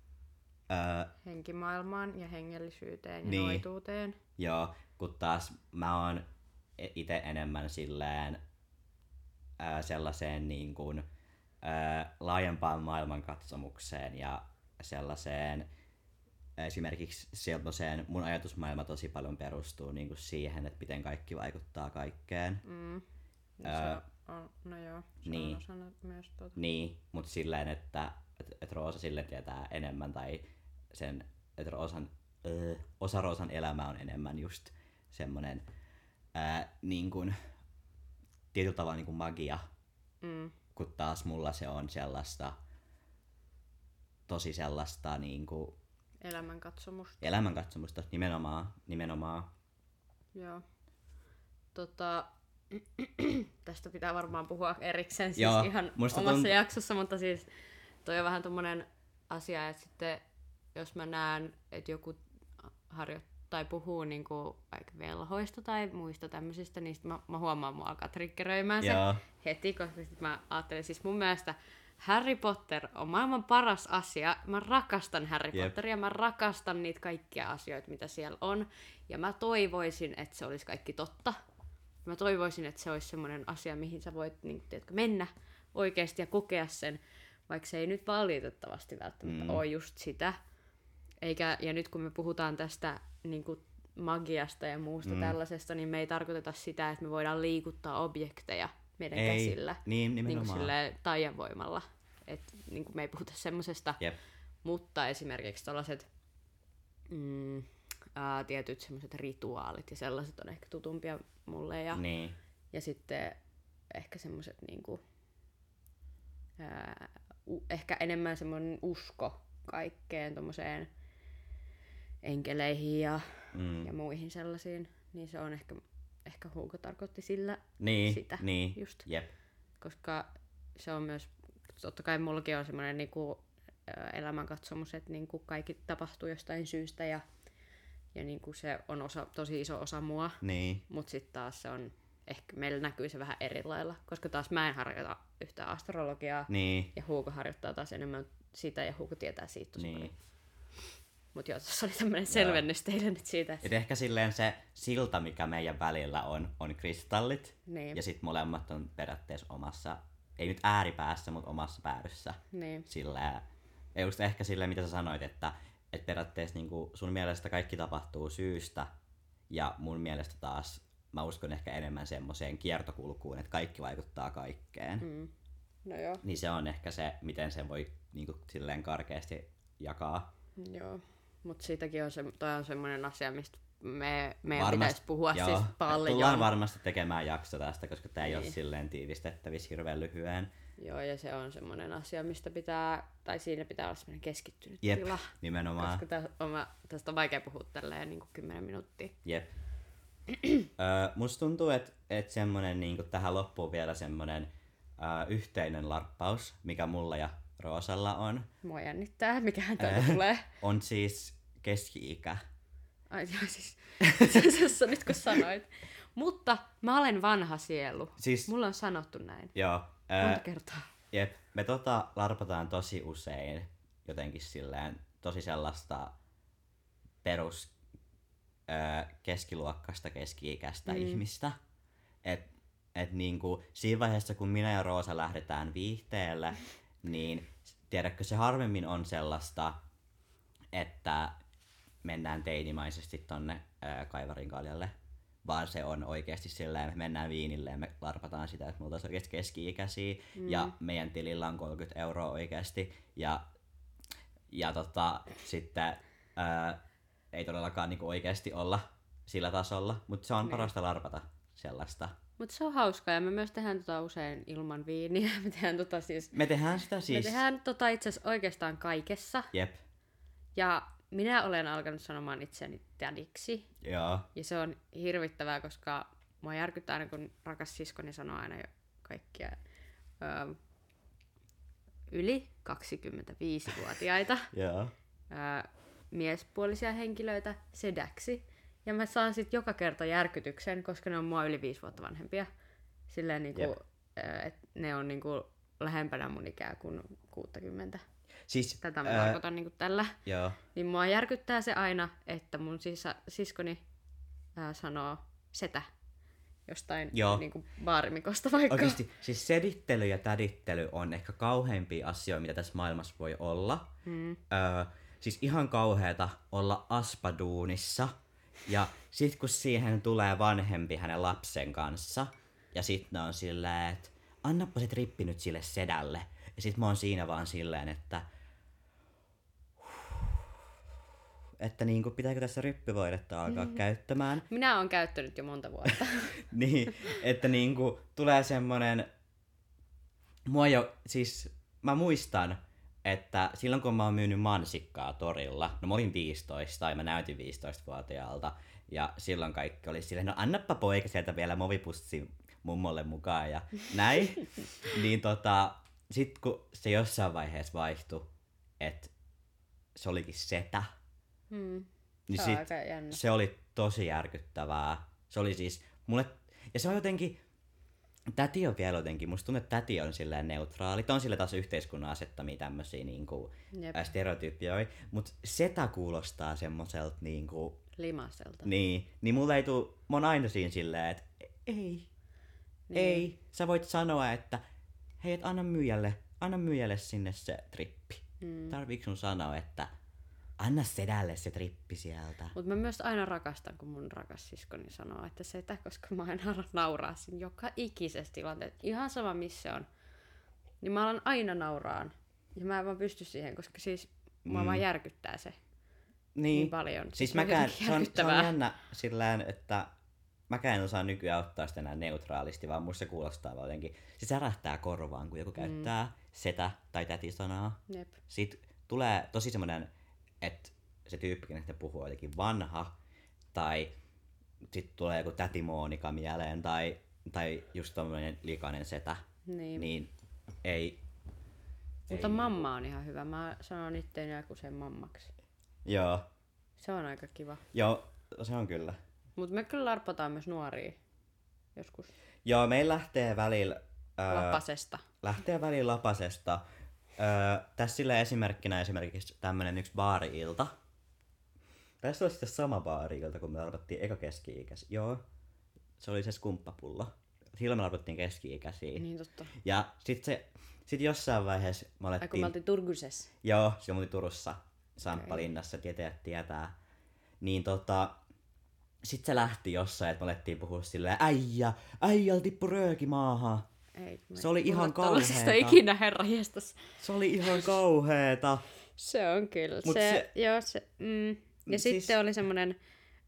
ää, henkimaailmaan ja hengellisyyteen ja Niin. noituuteen. joo, kun taas mä oon itse enemmän silleen ää, sellaiseen niin kuin, ää, laajempaan maailmankatsomukseen ja sellaiseen esimerkiksi sellaiseen, mun ajatusmaailma tosi paljon perustuu niin kuin siihen, että miten kaikki vaikuttaa kaikkeen. Mm. No, Ää, se on, no joo, se niin. on osana myös tuota. Niin, mutta silleen, että et, et Roosa sille tietää enemmän tai sen, että Roosan, öö, osa Roosan elämää on enemmän just semmonen ää, niin kuin, tietyllä tavalla niin kuin magia, Mm. kun taas mulla se on sellaista tosi sellaista niin kuin Elämänkatsomusta. elämänkatsomusta nimenomaan, nimenomaan. Joo. Tota, tästä pitää varmaan puhua erikseen siis Joo, ihan musta omassa tunt- jaksossa, mutta siis toi on vähän tommonen asia, että sitten jos mä näen, että joku harjoittaa tai puhuu niinku vaikka velhoista tai muista tämmöisistä, niin sit mä, mä huomaan, mua alkaa triggeröimään se Joo. heti, koska sit mä ajattelen, siis mun mielestä Harry Potter on maailman paras asia. Mä rakastan Harry Jep. Potteria, mä rakastan niitä kaikkia asioita, mitä siellä on. Ja mä toivoisin, että se olisi kaikki totta. Mä toivoisin, että se olisi semmoinen asia, mihin sä voit niin, tiedätkö, mennä oikeasti ja kokea sen, vaikka se ei nyt valitettavasti välttämättä Mm. ole just sitä. Eikä, ja nyt kun me puhutaan tästä niin kuin magiasta ja muusta Mm. tällaisesta, niin me ei tarkoiteta sitä, että me voidaan liikuttaa objekteja meidän Ei, käsillä niin niin kuin nimenomaan. silleen taianvoimalla. Et, niin kuin me ei puhuta semmosesta, Jep. mutta esimerkiksi tällaiset mm, ää, tietyt semmoiset rituaalit ja sellaiset on ehkä tutumpia mulle. Ja, Niin. ja sitten ehkä semmoiset niinku, ää, u, ehkä enemmän semmoinen usko kaikkeen tommoseen enkeleihin ja, Mm. ja muihin sellaisiin. Niin se on ehkä, ehkä Hugo tarkoitti sillä Niin, sitä niin. just. Jep. Koska se on myös, totta kai mullakin on semmoinen niinku, ä, elämänkatsomus, että niinku kaikki tapahtuu jostain syystä ja, ja niinku se on osa, tosi iso osa mua, Niin. mutta sitten taas se on, ehkä meillä näkyy se vähän eri lailla, koska taas mä en harjoita yhtään astrologiaa Niin. ja Hugo harjoittaa taas enemmän sitä ja Hugo tietää siitä tosi Niin. paljon. Mutta joo, tässä oli tämmöinen selvennys teille nyt siitä, että Et ehkä silleen se silta, mikä meidän välillä on, on kristallit. niin, Ja sit molemmat on periaatteessa omassa, ei nyt ääripäässä, mutta omassa päädyssä. niin, Silleen, ja just ehkä silleen, mitä sä sanoit, että et periaatteessa niinku sun mielestä kaikki tapahtuu syystä. Ja mun mielestä taas mä uskon ehkä enemmän semmoiseen kiertokulkuun, että kaikki vaikuttaa kaikkeen. mm. No joo, Niin se on ehkä se, miten sen voi niinku silleen karkeasti jakaa. joo. Mutta siitäkin on, se, toi on semmoinen asia, mistä me, meidän Varmast- pitäisi puhua joo, siis paljon. Tullaan varmasti tekemään jakso tästä, koska tämä ei Niin. ole silleen tiivistettävissä hirveän lyhyen. Joo, ja se on semmoinen asia, mistä pitää, tai siinä pitää olla semmoinen keskittynyt Jep, tila. nimenomaan. Koska tä, on, mä, tästä on vaikea puhua tälleen niin kuin kymmenen minuuttia. Jep. Öö, musta tuntuu, että et semmonen niinku tähän loppuu vielä semmonen öö, yhteinen larppaus, mikä mulla ja Roosalla on. Mua jännittää, mikähän täältä Äh. tulee. On siis keski-ikä. Ai joo, siis itse asiassa nyt kun sanoit. Mutta mä olen vanha sielu. Siis, Mulla on sanottu näin. joo. Monta Öö, kertaa. jep, me tota larpataan tosi usein jotenkin silleen tosi sellaista perus öö, keskiluokkaista keski-ikäistä Mm. ihmistä. Et, et niinku, siinä vaiheessa, kun minä ja Roosa lähdetään viihteelle, niin tiedätkö, se harvemmin on sellaista, että mennään teinimaisesti tonne öö, Kaivarin kaljalle, vaan se on oikeasti sillä me mennään viinille ja me larpataan sitä, että me oltaisiin oikeasti keski-ikäisiä mm. ja meidän tilillä on kolmekymmentä euroa oikeasti ja, ja tota, sitten öö, ei todellakaan niinku oikeasti olla sillä tasolla, mutta se on Niin. parasta larpata sellaista. Mutta se on hauskaa ja me myös tehdään tota usein ilman viiniä. Me tehdään tota siis... Me tehdään sitä siis... Me tehdään tota itse asiassa oikeastaan kaikessa. Jep, Ja minä olen alkanut sanomaan itseäni tädiksi. joo. Ja se on hirvittävää, koska mua järkyttää aina, kun rakas siskoni sanoo aina jo kaikkia öö, yli kaksikymmentäviisivuotiaita Joo. öö, miespuolisia henkilöitä sedäksi. Ja mä saan sit joka kerta järkytyksen, koska ne on mua yli viisi vuotta vanhempia. Silleen niinku, Jep. öö, että ne on niinku lähempänä mun ikää kuin kuusikymmentä. Siis, Tätä mä ää, tarkoitan niinku tällä. joo. Niin mua järkyttää se aina, että mun sisa, siskoni ää, sanoo setä jostain Joo. niinku baarimikosta vaikka. Oikeesti, siis sedittely ja tädittely on ehkä kauheimpia asioita, mitä tässä maailmassa voi olla. Hmm. Öö, siis ihan kauheeta olla aspaduunissa. Ja sit kun siihen tulee vanhempi hänen lapsen kanssa, ja sit ne on silleen, että annappa se trippi nyt sille sedälle. Ja sit mä oon siinä vaan silleen, että että niinku, pitääkö tässä ryppyvoidetta alkaa mm. käyttämään. Minä oon käyttänyt jo monta vuotta. Niin, että niinku tulee semmonen... Mua jo, siis mä muistan, että silloin kun mä oon myynyt mansikkaa torilla, no mä olin viisitoista tai mä näytin viisitoistavuotiaalta, ja silloin kaikki oli silleen, no annappa poika sieltä vielä movipussi mummolle mukaan ja näin. Niin tota, sit kun se jossain vaiheessa vaihtui, että se olikin setä, Hmm. niin Se on sit aika jännä. se oli tosi järkyttävää. Se oli siis mulle, ja se on jotenkin, täti on vielä jotenkin, musta tuntuu, että täti on silleen neutraali. Tämä on sille taas yhteiskunnan asettamia tämmösiä niinku Jep. stereotypioita, mutta setä kuulostaa semmoiselta niinku, Limaselta. niin, niin mulle ei tuu, mä oon aina siinä silleen, että ei, Niin. ei, sä voit sanoa, että hei, et anna myyjälle, anna myyjälle sinne se trippi. Hmm. Tarviiko sun sanoa, että anna sedälle se trippi sieltä? Mutta mä myös aina rakastan, kun mun rakas siskoni sanoo, että setä, koska mä aina nauraa siinä joka ikisessä tilanteessa. Ihan sama missä se on. Niin mä alan aina nauraan. Ja mä en vaan pysty siihen, koska siis mua Mm. vaan järkyttää se Niin, niin paljon. siis Se on mäkään, jotenkin se on, se on järkyttävää. jännä sillään, että mäkään en osaa nykyään ottaa sitä enää neutraalisti, vaan musta se kuulostaa vaan jotenkin, se särähtää korvaan, kun joku käyttää mm. setä tai täti-sanaa. Jep. Sitten tulee tosi semmonen, että se tyyppikin, että puhuu jotenkin vanha, tai sitten tulee joku täti Monika mieleen, tai, tai just tommonen likainen setä, Niin. niin ei... Mutta ei, mamma on ihan hyvä. Mä sanon itteeni joku sen mammaksi. Joo, Se on aika kiva. joo, se on kyllä. Mutta me kyllä larpataan myös nuoria joskus. Joo, meillä lähtee välillä... ää, Lapasesta. Lähtee välillä lapasesta. Öö, tässä sillä esimerkkinä esimerkiksi tämmönen yksi baari-ilta. Tässä oli sitten sama baari-ilta, kun me arvattiin eka keski-ikäisiä. Joo, se oli se skumppapullo. Silloin me arvattiin keski-ikäisiä. Niin totta. Ja sit se, sit jossain vaiheessa me Ai kun alettiin... me oltiin Turgusessa. Joo, se oli Turussa, Samppalinnassa, tietäjät tietää. Niin tota... Sit se lähti jossain, että me alettiin puhua silleen, äijä, äijällä tippu rööki maahan. Ei, me Se oli puhuta ihan tollasesta kauheeta. ikinä, herranjestas. Se oli ihan kauheeta. Se on kyllä. Mut se, se- Joo, se, mm. Ja Siis- sitten oli semmonen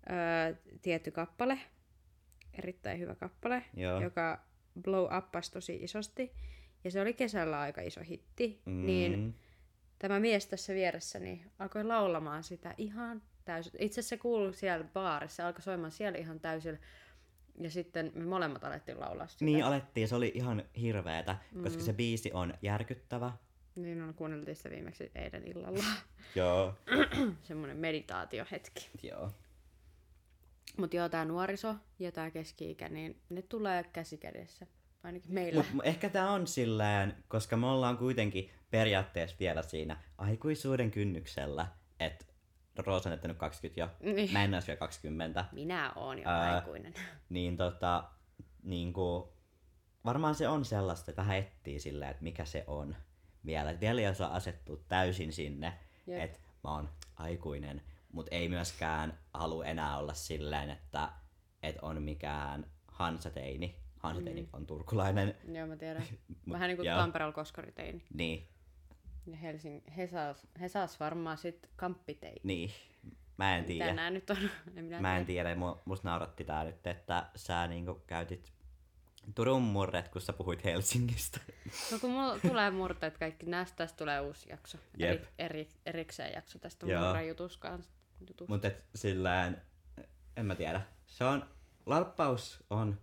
öö, tietty kappale, erittäin hyvä kappale, Joo. joka blow uppasi tosi isosti. Ja se oli kesällä aika iso hitti. Mm. Niin tämä mies tässä vieressäni alkoi laulamaan sitä ihan täysin. Itse asiassa se kuului siellä baarissa, se alkoi soimaan siellä ihan täysillä. Ja sitten me molemmat alettiin laulaa sitä. Niin alettiin, se oli ihan hirveetä, Mm. koska se biisi on järkyttävä. Niin on, kuunneltiin sitä viimeksi eilen illalla. Joo. Semmoinen meditaatiohetki. Joo. Mutta joo, tää nuoriso ja tää keski-ikä, niin ne tulee käsi kädessä. Ainakin meillä. Mut ehkä tää on silleen, koska me ollaan kuitenkin periaatteessa vielä siinä aikuisuuden kynnyksellä, että Roosa on näyttänyt kaksikymmentä jo, Niin. mä en ois vielä kaksikymmentä, Minä oon jo Ää, aikuinen. niin tota, niinku, varmaan se on sellaista, että vähän etsii silleen, että mikä se on vielä. Et vielä ei osaa asettua täysin sinne, Jep. että mä oon aikuinen, mutta ei myöskään halua enää olla silleen, että et on mikään hansateini. Hansateini Mm. on turkulainen. Joo, mä tiedän. Vähän niin kuin joo. Tampereella koskariteini. Niin, Ja Helsing... he, saas, he saas varmaan sit kamppiteini. niin. Mä en Mitä tiedä. nää nyt on? En minä Mä en tiedä. tiedä. Mu- Musta nauratti tää nyt, että sä niinku käytit Turun murret, kun sä puhuit Helsingistä. No kun mulla tulee murteet kaikki, näistä tästä tulee uusi jakso. Jep. Eri, eri, erikseen jakso tästä Joo. murren jutuskaan. Jutus. Mutta sillään, en mä tiedä. Se on, larppaus on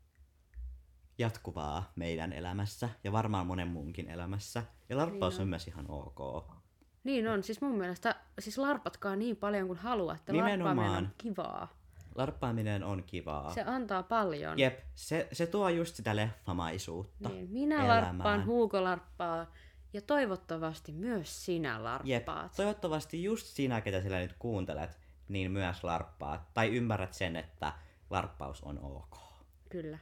jatkuvaa meidän elämässä ja varmaan monen muunkin elämässä. Ja larppaus Niin on on. myös ihan ok. Niin on, siis mun mielestä, siis larpatkaa niin paljon kuin haluatte. Nimenomaan. Larppaaminen on kivaa. Larppaaminen on kivaa. Se antaa paljon. Jep, se, se tuo just sitä leffamaisuutta Niin, minä elämään. larppaan, Hugo larppaa ja toivottavasti myös sinä larppaat. Jep, toivottavasti just sinä, ketä sillä nyt kuuntelet, niin myös larppaat. Tai ymmärrät sen, että larppaus on ok. Kyllä.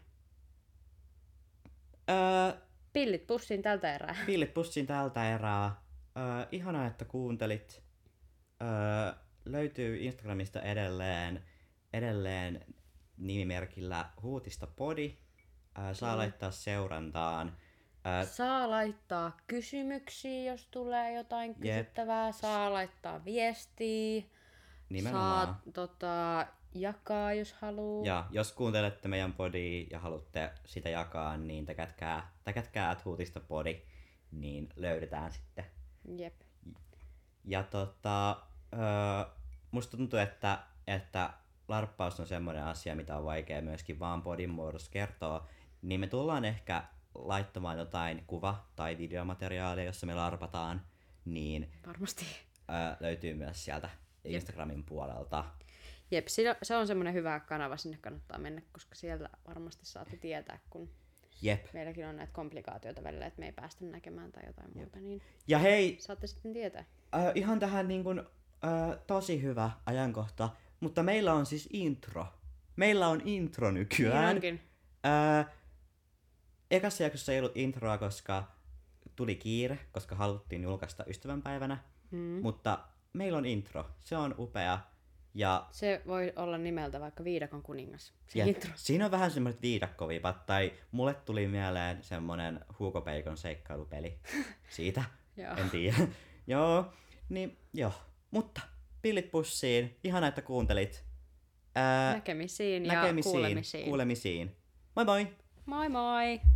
Öö, Pillit pussiin tältä erää. Pillit pussiin tältä erää. Öö, ihanaa, että kuuntelit. Öö, löytyy Instagramista edelleen, edelleen nimimerkillä Huutista Podi. Öö, saa Kyllä. laittaa seurantaan. Öö, Saa laittaa kysymyksiä, jos tulee jotain Jep. kysyttävää. Saa laittaa viestiä. nimenomaan. Saa tota, jakaa, jos haluaa. Ja jos kuuntelette meidän podia ja haluatte sitä jakaa, niin täkätkää, täkätkää at Huutista Podi, niin löydetään sitten. Jep. Ja tota, öö, musta tuntuu, että, että larppaus on semmoinen asia, mitä on vaikea myöskin vaan podin muodossa kertoa, niin me tullaan ehkä laittamaan jotain kuva- tai videomateriaalia, jossa me larpataan, niin Varmasti. öö, löytyy myös sieltä Instagramin puolelta. Jep, siinä- se on semmoinen hyvä kanava, sinne kannattaa mennä, koska siellä varmasti saatte tietää, kun Jep. meilläkin on näitä komplikaatioita välillä, että me ei päästä näkemään tai jotain muuta, niin Ja hei, saatte sitten tietää. Äh, ihan tähän niin kun, äh, tosi hyvä ajankohta, mutta meillä on siis intro. Meillä on intro Niin nykyään. onkin. Äh, ekassa jaksossa ei ollut introa, koska tuli kiire, koska haluttiin julkaista ystävänpäivänä. Mm. Mutta meillä on intro. Se on upea. Ja Se voi olla nimeltä vaikka Viidakon kuningas, se ja intro. siinä on vähän semmoiset viidakkovipat, tai mulle tuli mieleen semmonen Hugo Peikon seikkailupeli siitä. Joo. En tiedä. Joo, niin joo. Mutta pillit pussiin. Ihana, että kuuntelit. Ää, Näkemisiin ja näkemisiin, kuulemisiin. kuulemisiin. Moi moi! Moi moi!